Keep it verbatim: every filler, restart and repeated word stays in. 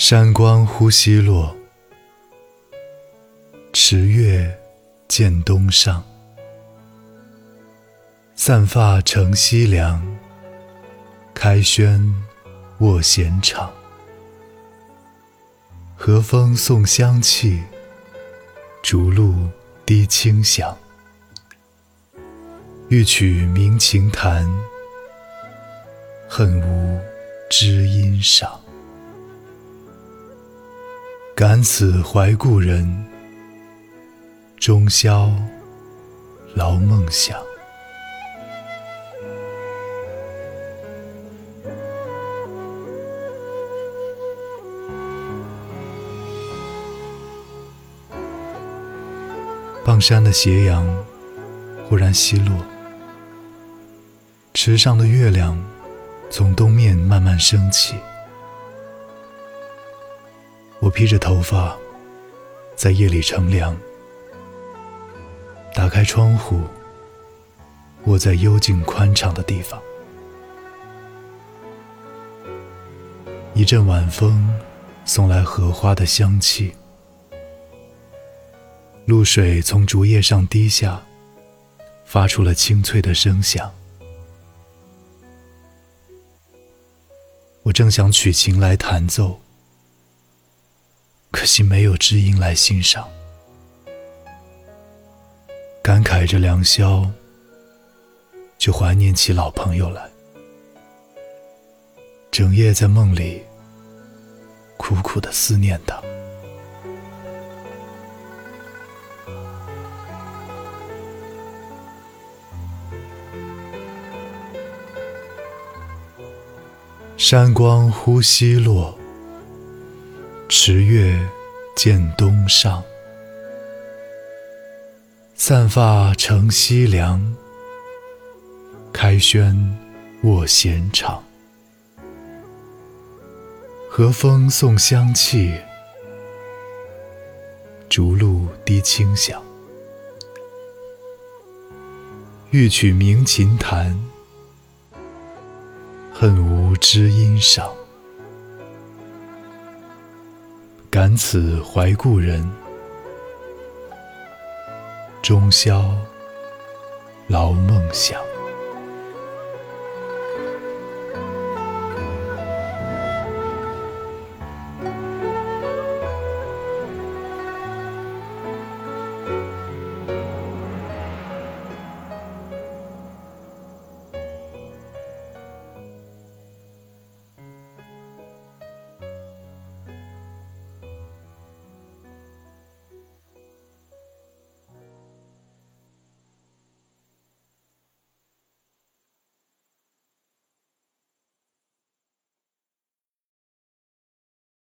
山光忽西落，池月见东上。散发乘西凉，开轩卧闲场。和风送香气，竹露滴清响。欲取鸣琴弹，恨无知音赏。感此怀故人，终宵劳梦想。傍山的斜阳忽然西落，池上的月亮从东面慢慢升起。我披着头发在夜里乘凉，打开窗户，卧在幽静宽敞的地方。一阵晚风送来荷花的香气，露水从竹叶上滴下，发出了清脆的声响。我正想取琴来弹奏，可惜没有知音来欣赏。感慨着良宵，就怀念起老朋友来。整夜在梦里苦苦地思念他。山光忽西落，池月见东上。散发乘西凉，开轩卧闲场。和风送香气，竹露滴清响。欲取鸣琴弹，恨无知音赏。感此怀故人，终宵劳梦想。